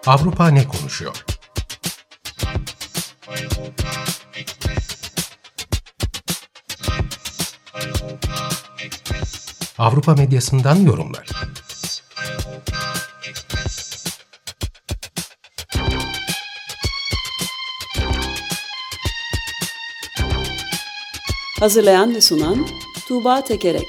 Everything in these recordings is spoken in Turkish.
Avrupa ne konuşuyor? Avrupa medyasından yorumlar. Hazırlayan ve sunan Tuğba Tekerek.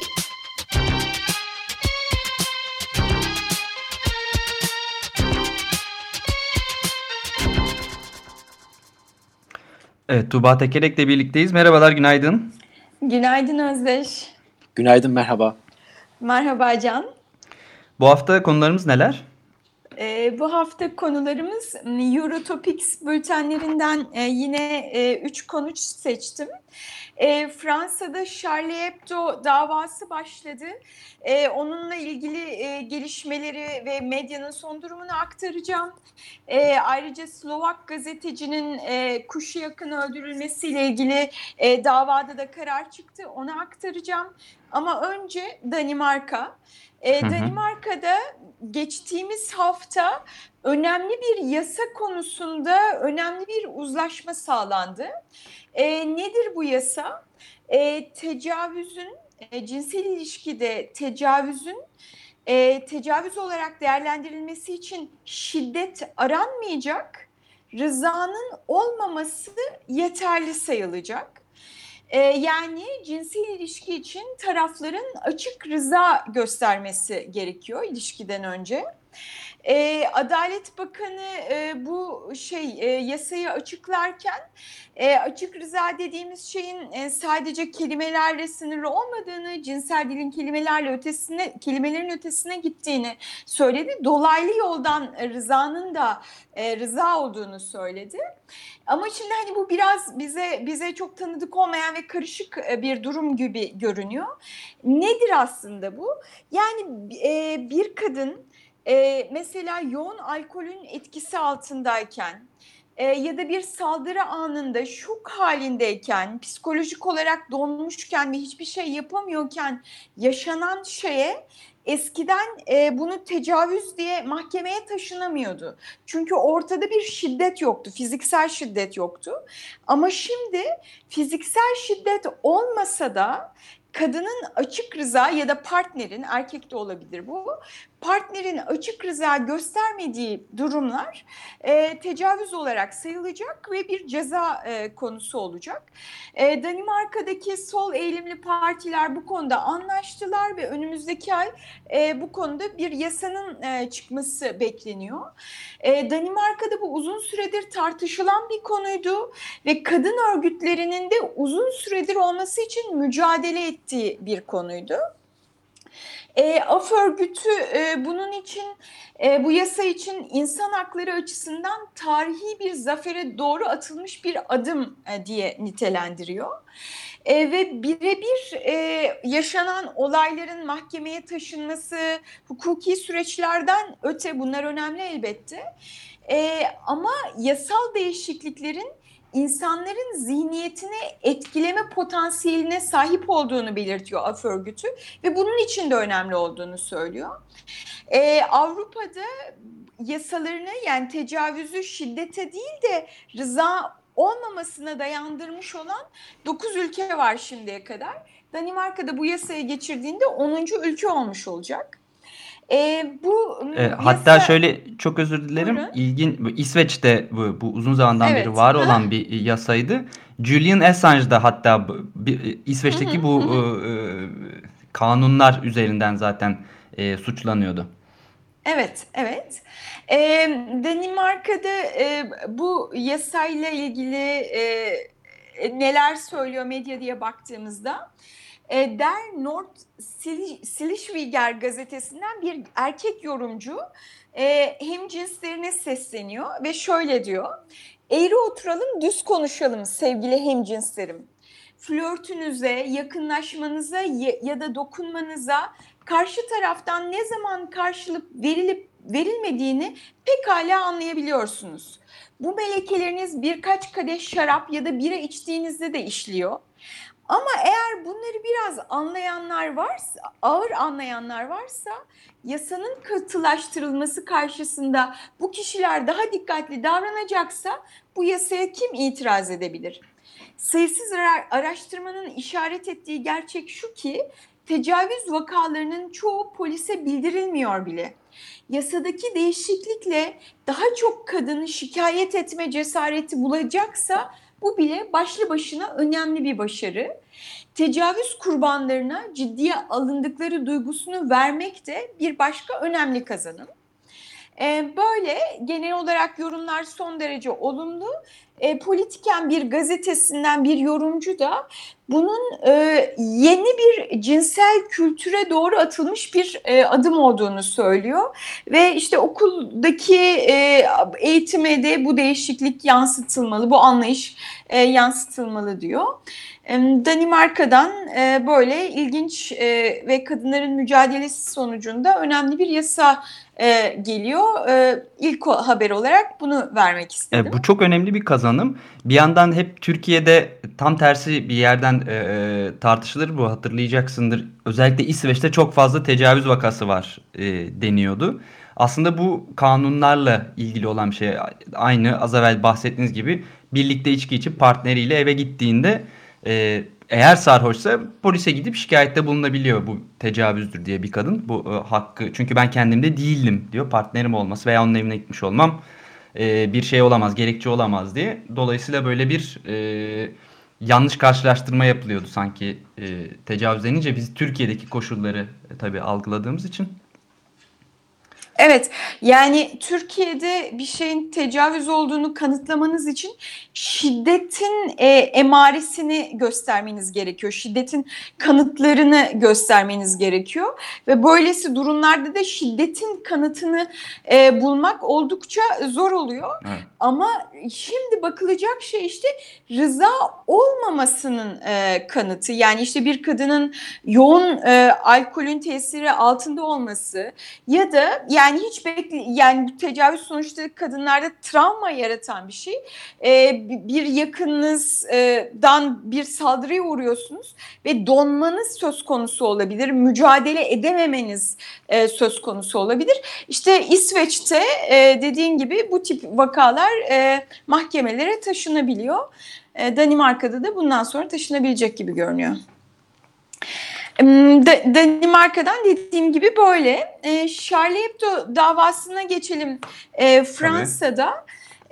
Evet, Tuğba Tekerek'le birlikteyiz. Merhabalar, günaydın. Günaydın Özdeş. Günaydın, merhaba. Merhaba Can. Bu hafta konularımız neler? Bu hafta konularımız Eurotopics bültenlerinden yine 3 konu seçtim. Fransa'da Charlie Hebdo davası başladı. Onunla ilgili gelişmeleri ve medyanın son durumunu aktaracağım. Ayrıca Slovak gazetecinin Kuşyak'ın öldürülmesiyle ilgili davada da karar çıktı. Onu aktaracağım. Ama önce Danimarka. Danimarka'da geçtiğimiz hafta önemli bir yasa konusunda önemli bir uzlaşma sağlandı. Nedir bu yasa? Tecavüzün, cinsel ilişkide tecavüz olarak değerlendirilmesi için şiddet aranmayacak, rızanın olmaması yeterli sayılacak. Yani cinsel ilişki için tarafların açık rıza göstermesi gerekiyor ilişkiden önce. Adalet Bakanı bu yasayı açıklarken açık rıza dediğimiz şeyin sadece kelimelerle sınırlı olmadığını, cinsel dilin kelimelerin ötesine gittiğini söyledi. Dolaylı yoldan rızanın da rıza olduğunu söyledi. Ama şimdi hani bu biraz bize çok tanıdık olmayan ve karışık bir durum gibi görünüyor. Nedir aslında bu? Yani bir kadın mesela yoğun alkolün etkisi altındayken ya da bir saldırı anında şok halindeyken, psikolojik olarak donmuşken ve hiçbir şey yapamıyorken yaşanan şeye eskiden bunu tecavüz diye mahkemeye taşınamıyordu. Çünkü ortada bir şiddet yoktu, fiziksel şiddet yoktu. Ama şimdi fiziksel şiddet olmasa da kadının açık rıza ya da partnerin, erkek de olabilir bu, partnerin açık rıza göstermediği durumlar tecavüz olarak sayılacak ve bir ceza konusu olacak. Danimarka'daki sol eğilimli partiler bu konuda anlaştılar ve önümüzdeki ay bu konuda bir yasanın çıkması bekleniyor. Danimarka'da bu uzun süredir tartışılan bir konuydu ve kadın örgütlerinin de uzun süredir olması için mücadele ettiği bir konuydu. Af örgütü bunun için bu yasa için insan hakları açısından tarihi bir zafere doğru atılmış bir adım diye nitelendiriyor. Ve birebir yaşanan olayların mahkemeye taşınması, hukuki süreçlerden öte bunlar önemli elbette. Ama yasal değişikliklerin insanların zihniyetine etkileme potansiyeline sahip olduğunu belirtiyor Af örgütü ve bunun için de önemli olduğunu söylüyor. Avrupa'da yasalarını, yani tecavüzü şiddete değil de rıza olmamasına dayandırmış olan 9 ülke var şimdiye kadar. Danimarka'da bu yasayı geçirdiğinde 10. ülke olmuş olacak. Hatta şöyle, çok özür dilerim. İsveç'te bu uzun zamandan beri var olan bir yasaydı. Julian Assange da hatta İsveç'teki bu kanunlar üzerinden zaten suçlanıyordu. Evet. Danimarka'da bu yasayla ilgili neler söylüyor medya diye baktığımızda, Der Nord Silişviger gazetesinden bir erkek yorumcu hemcinslerine sesleniyor ve şöyle diyor: "Eğri oturalım, düz konuşalım sevgili hemcinslerim. Flörtünüze, yakınlaşmanıza ya da dokunmanıza karşı taraftan ne zaman karşılık verilip verilmediğini pekala anlayabiliyorsunuz. Bu melekeleriniz birkaç kadeh şarap ya da bira içtiğinizde de işliyor. Ama eğer bunları biraz anlayanlar varsa, ağır anlayanlar varsa, yasanın katılaştırılması karşısında bu kişiler daha dikkatli davranacaksa bu yasaya kim itiraz edebilir? Sayısız araştırmanın işaret ettiği gerçek şu ki tecavüz vakalarının çoğu polise bildirilmiyor bile. Yasadaki değişiklikle daha çok kadını şikayet etme cesareti bulacaksa bu bile başlı başına önemli bir başarı. Tecavüz kurbanlarına ciddiye alındıkları duygusunu vermek de bir başka önemli kazanım. Böyle genel olarak yorumlar son derece olumlu. Politiken bir gazetesinden bir yorumcu da bunun yeni bir cinsel kültüre doğru atılmış bir adım olduğunu söylüyor. Ve işte okuldaki eğitime de bu değişiklik yansıtılmalı, bu anlayış yansıtılmalı diyor. Danimarka'dan böyle ilginç ve kadınların mücadelesi sonucunda önemli bir yasa geliyor. İlk haber olarak bunu vermek istedim. Bu çok önemli bir kazanım. Bir yandan hep Türkiye'de tam tersi bir yerden tartışılır, bu hatırlayacaksındır. Özellikle İsveç'te çok fazla tecavüz vakası var deniyordu. Aslında bu kanunlarla ilgili olan bir şey. Aynı az evvel bahsettiğiniz gibi birlikte içki içip partneriyle eve gittiğinde eğer sarhoşsa polise gidip şikayette bulunabiliyor, bu tecavüzdür diye bir kadın. Bu hakkı, çünkü ben kendimde değildim diyor, partnerim olması veya onun evine gitmiş olmam bir şey olamaz, gerekçe olamaz diye. Dolayısıyla böyle bir yanlış karşılaştırma yapılıyordu sanki tecavüz denince, biz Türkiye'deki koşulları tabii algıladığımız için. Evet, yani Türkiye'de bir şeyin tecavüz olduğunu kanıtlamanız için şiddetin emaresini göstermeniz gerekiyor. Şiddetin kanıtlarını göstermeniz gerekiyor. Ve böylesi durumlarda da şiddetin kanıtını bulmak oldukça zor oluyor. Evet. Ama şimdi bakılacak şey işte rıza olmamasının kanıtı. Yani işte bir kadının yoğun alkolün tesiri altında olması ya da yani yani tecavüz sonuçta kadınlarda travma yaratan bir şey. Bir yakınınızdan bir saldırıya uğruyorsunuz ve donmanız söz konusu olabilir. Mücadele edememeniz söz konusu olabilir. İşte İsveç'te dediğin gibi bu tip vakalar mahkemelere taşınabiliyor. Danimarka'da da bundan sonra taşınabilecek gibi görünüyor. Danimarka'dan dediğim gibi böyle. Charlie Hebdo davasına geçelim. Fransa'da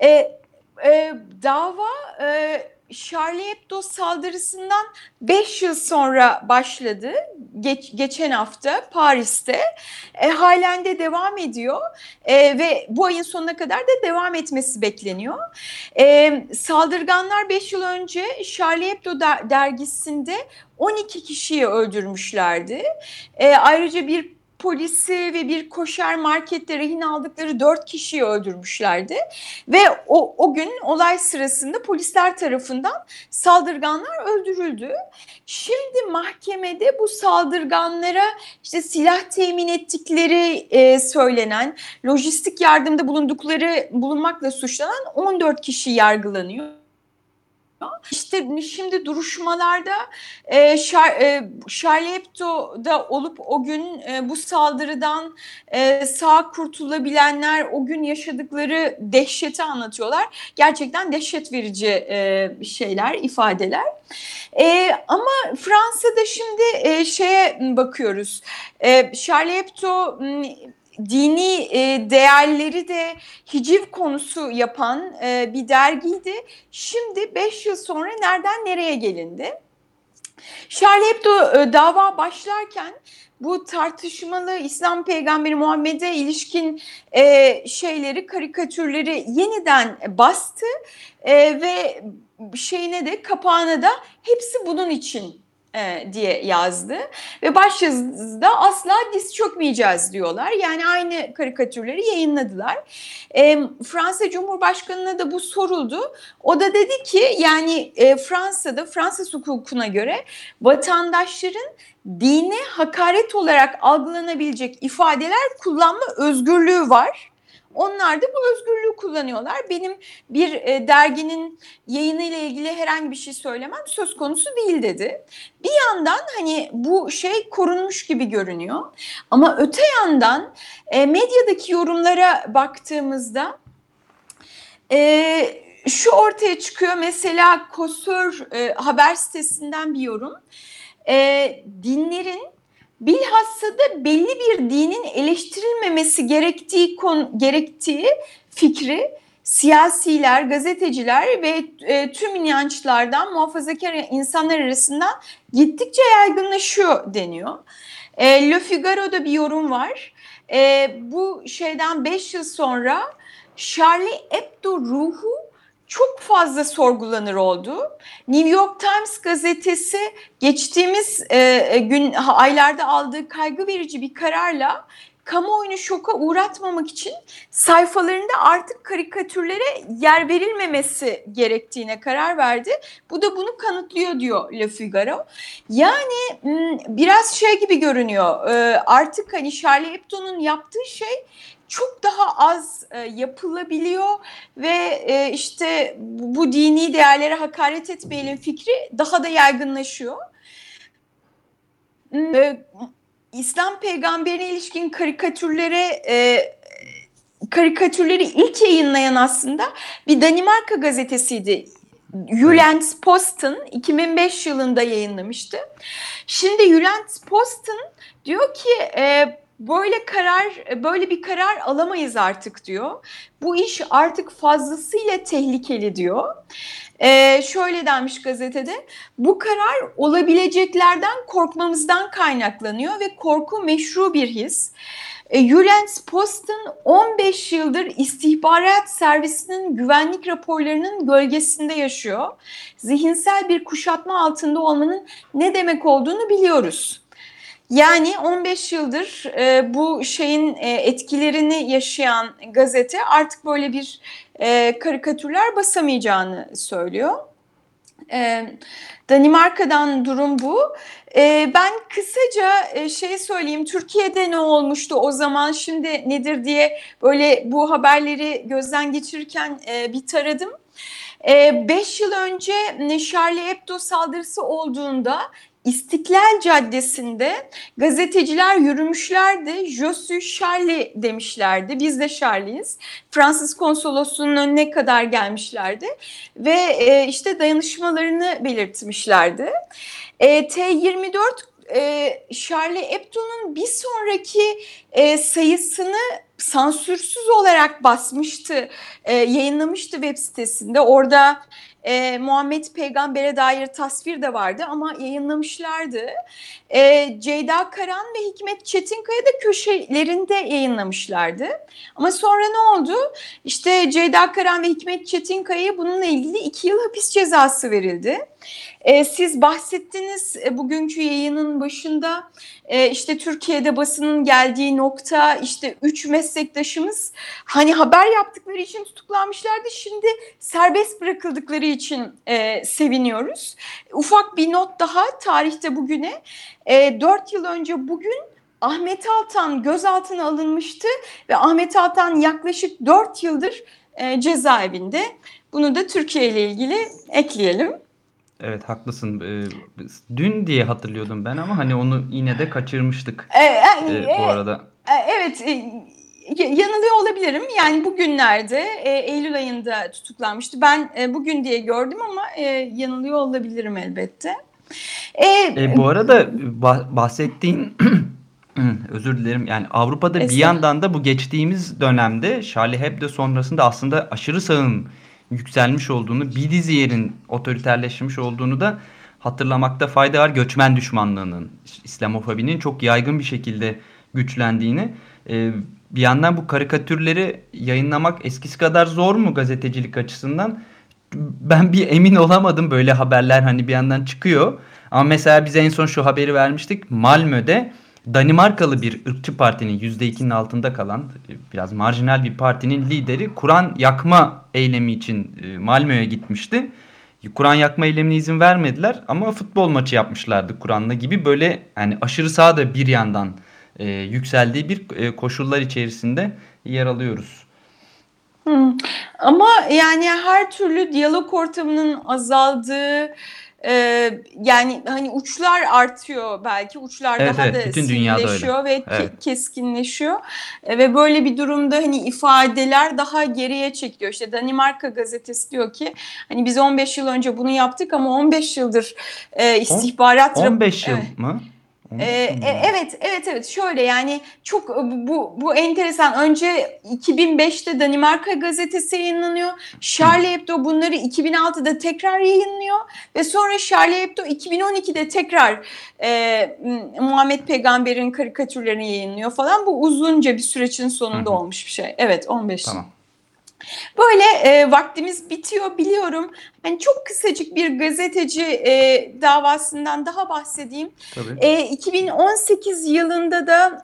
dava Charlie Hebdo saldırısından 5 yıl sonra başladı. Geçen hafta Paris'te. Halen de devam ediyor. Ve bu ayın sonuna kadar da devam etmesi bekleniyor. Saldırganlar 5 yıl önce Charlie Hebdo dergisinde 12 kişiyi öldürmüşlerdi. Ayrıca bir polisi ve bir koşer markette rehin aldıkları 4 kişiyi öldürmüşlerdi. Ve o gün olay sırasında polisler tarafından saldırganlar öldürüldü. Şimdi mahkemede bu saldırganlara işte silah temin ettikleri söylenen, lojistik yardımda bulunmakla suçlanan 14 kişi yargılanıyor. İşte şimdi duruşmalarda Charlie Hebdo'da olup o gün bu saldırıdan sağ kurtulabilenler o gün yaşadıkları dehşeti anlatıyorlar. Gerçekten dehşet verici şeyler, ifadeler. Ama Fransa'da şimdi şeye bakıyoruz. Charlie Hebdo dini değerleri de hiciv konusu yapan bir dergiydi. Şimdi 5 yıl sonra nereden nereye gelindi? Charlie Hebdo dava başlarken bu tartışmalı İslam peygamberi Muhammed'e ilişkin karikatürleri yeniden bastı ve kapağına da hepsi bunun için diye yazdı ve başyazıda asla diz çökmeyeceğiz diyorlar. Yani aynı karikatürleri yayınladılar. Fransa Cumhurbaşkanı'na da bu soruldu. O da dedi ki yani Fransız hukukuna göre vatandaşların dine hakaret olarak algılanabilecek ifadeler kullanma özgürlüğü var. Onlar da bu özgürlüğü kullanıyorlar. Benim bir derginin yayını ile ilgili herhangi bir şey söylemem söz konusu değil dedi. Bir yandan hani bu şey korunmuş gibi görünüyor. Ama öte yandan medyadaki yorumlara baktığımızda şu ortaya çıkıyor. Mesela Kosör haber sitesinden bir yorum. Dinlerin bilhassa da belli bir dinin eleştirilmemesi gerektiği fikri siyasiler, gazeteciler ve tüm inançlardan muhafazakar insanlar arasında gittikçe yaygınlaşıyor deniyor. Le Figaro'da bir yorum var. Bu şeyden 5 yıl sonra Charlie Hebdo ruhu çok fazla sorgulanır oldu. New York Times gazetesi geçtiğimiz aylarda aldığı kaygı verici bir kararla kamuoyunu şoka uğratmamak için sayfalarında artık karikatürlere yer verilmemesi gerektiğine karar verdi. Bu da bunu kanıtlıyor diyor Le Figaro. Yani biraz şey gibi görünüyor. Artık hani Charlie Hebdo'nun yaptığı şey çok daha az yapılabiliyor ve işte bu dini değerlere hakaret etmeyelim fikri daha da yaygınlaşıyor. İslam peygamberine ilişkin karikatürleri ilk yayınlayan aslında bir Danimarka gazetesiydi. Jyllands-Posten 2005 yılında yayınlamıştı. Şimdi Jyllands-Posten diyor ki böyle bir karar alamayız artık diyor. Bu iş artık fazlasıyla tehlikeli diyor. Şöyle denmiş gazetede, bu karar olabileceklerden korkmamızdan kaynaklanıyor ve korku meşru bir his. Jyllands-Posten 15 yıldır istihbarat servisinin güvenlik raporlarının gölgesinde yaşıyor. Zihinsel bir kuşatma altında olmanın ne demek olduğunu biliyoruz. Yani 15 yıldır bu şeyin etkilerini yaşayan gazete artık böyle bir karikatürler basamayacağını söylüyor. Danimarka'dan durum bu. Ben kısaca şey söyleyeyim, Türkiye'de ne olmuştu o zaman, şimdi nedir diye böyle bu haberleri gözden geçirirken bir taradım. 5 yıl önce Charlie Hebdo saldırısı olduğunda İstiklal Caddesi'nde gazeteciler yürümüşlerdi. Je suis Charlie demişlerdi. Biz de Charlie'yiz. Fransız konsolosluğunun önüne kadar gelmişlerdi. Ve işte dayanışmalarını belirtmişlerdi. T24 Charlie Hebdo'nun bir sonraki sayısını sansürsüz olarak basmıştı, yayınlamıştı web sitesinde. Orada Muhammed Peygamber'e dair tasvir de vardı ama yayınlamışlardı. Ceyda Karan ve Hikmet Çetinkaya da köşelerinde yayınlamışlardı. Ama sonra ne oldu? İşte Ceyda Karan ve Hikmet Çetinkaya'ya bununla ilgili 2 yıl hapis cezası verildi. Siz bahsettiniz bugünkü yayının başında, işte Türkiye'de basının geldiği nokta, işte 3 meslektaşımız hani haber yaptıkları için tutuklanmışlardı, şimdi serbest bırakıldıkları için seviniyoruz. Ufak bir not daha tarihte bugüne, 4 yıl önce bugün Ahmet Altan gözaltına alınmıştı ve Ahmet Altan yaklaşık 4 yıldır cezaevinde. Bunu da Türkiye ile ilgili ekleyelim. Evet, haklısın. Dün diye hatırlıyordum ben ama hani onu yine de kaçırmıştık bu arada. Evet, yanılıyor olabilirim. Yani bugünlerde Eylül ayında tutuklanmıştı. Ben bugün diye gördüm ama yanılıyor olabilirim elbette. Bu arada bahsettiğin özür dilerim. Yani Avrupa'da bir yandan da bu geçtiğimiz dönemde Charlie Hebdo sonrasında aslında aşırı sağın yükselmiş olduğunu, bir dizi yerin otoriterleşmiş olduğunu da hatırlamakta fayda var. Göçmen düşmanlığının, İslamofobinin çok yaygın bir şekilde güçlendiğini. Bir yandan bu karikatürleri yayınlamak eskisi kadar zor mu gazetecilik açısından? Ben bir emin olamadım. Böyle haberler hani bir yandan çıkıyor. Ama mesela biz en son şu haberi vermiştik. Malmö'de Danimarkalı bir ırkçı partinin %2'nin altında kalan biraz marjinal bir partinin lideri Kur'an yakma eylemi için Malmö'ye gitmişti. Kur'an yakma eylemine izin vermediler ama futbol maçı yapmışlardı Kur'an'la gibi, böyle yani aşırı sağda bir yandan yükseldiği bir koşullar içerisinde yer alıyoruz. Ama yani her türlü diyalog ortamının azaldığı, yani hani uçlar artıyor, belki uçlar Evet, daha evet, da bütün dünyada öyle. sivrileşiyor ve Evet. keskinleşiyor. Ve böyle bir durumda hani ifadeler daha geriye çekiliyor. İşte Danimarka gazetesi diyor ki hani biz 15 yıl önce bunu yaptık ama 15 yıldır istihbarat 15 yıl Evet. mı? Evet şöyle yani çok bu enteresan. Önce 2005'te Danimarka gazetesi yayınlanıyor. Charlie Hebdo bunları 2006'da tekrar yayınlıyor ve sonra Charlie Hebdo 2012'de tekrar Muhammed Peygamber'in karikatürlerini yayınlıyor falan. Bu uzunca bir sürecin sonunda olmuş bir şey. Evet, 15 yıl. Tamam. Böyle vaktimiz bitiyor biliyorum. Hani çok kısacık bir gazeteci davasından daha bahsedeyim. 2018 yılında da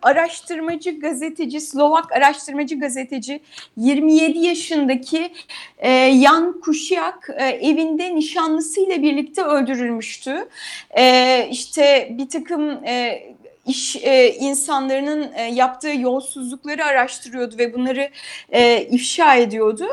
Slovak araştırmacı gazeteci 27 yaşındaki Jan Kuciak evinde nişanlısıyla birlikte öldürülmüştü. İşte bir takım iş insanlarının yaptığı yolsuzlukları araştırıyordu ve bunları ifşa ediyordu.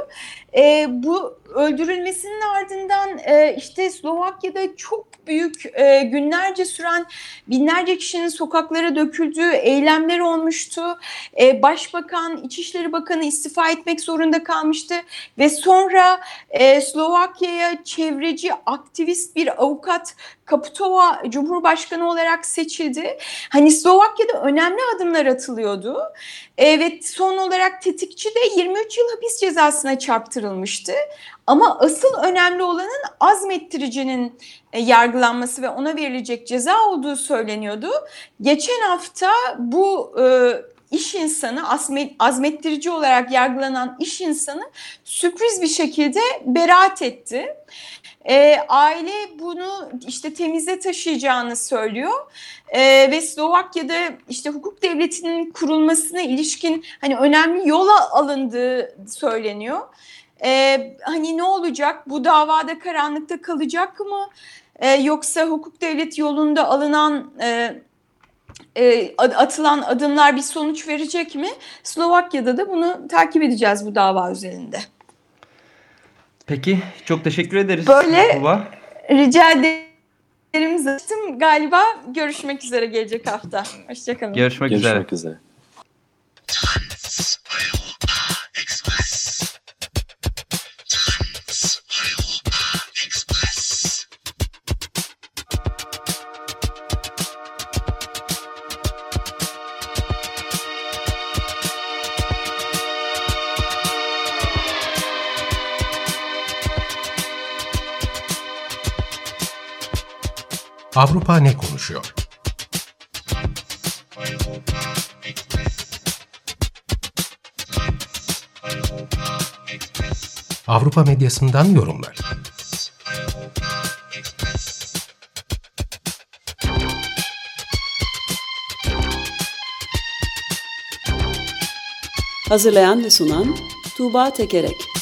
Bu öldürülmesinin ardından işte Slovakya'da çok büyük günlerce süren binlerce kişinin sokaklara döküldüğü eylemler olmuştu. Başbakan, İçişleri Bakanı istifa etmek zorunda kalmıştı ve sonra Slovakya'ya çevreci, aktivist bir avukat Kaputova Cumhurbaşkanı olarak seçildi. Hani Slovakya'da önemli adımlar atılıyordu. Ve son olarak tetikçi de 23 yıl hapis cezasına çarptırılmıştı. Ama asıl önemli olanın azmettiricinin yargılanması ve ona verilecek ceza olduğu söyleniyordu. Geçen hafta bu iş insanı, azmettirici olarak yargılanan iş insanı sürpriz bir şekilde beraat etti. Aile bunu işte temize taşıyacağını söylüyor ve Slovakya'da işte hukuk devletinin kurulmasına ilişkin hani önemli yola alındığı söyleniyor. Hani ne olacak? Bu davada karanlıkta kalacak mı? Yoksa hukuk devleti yolunda atılan adımlar bir sonuç verecek mi? Slovakya'da da bunu takip edeceğiz bu dava üzerinde. Peki, çok teşekkür ederiz. Böyle Tuğba. Rica ederim zaten. Galiba görüşmek üzere gelecek hafta. Hoşçakalın. Görüşmek üzere. Avrupa ne konuşuyor? Avrupa medyasından yorumlar. Hazırlayan ve sunan Tuğba Tekerek.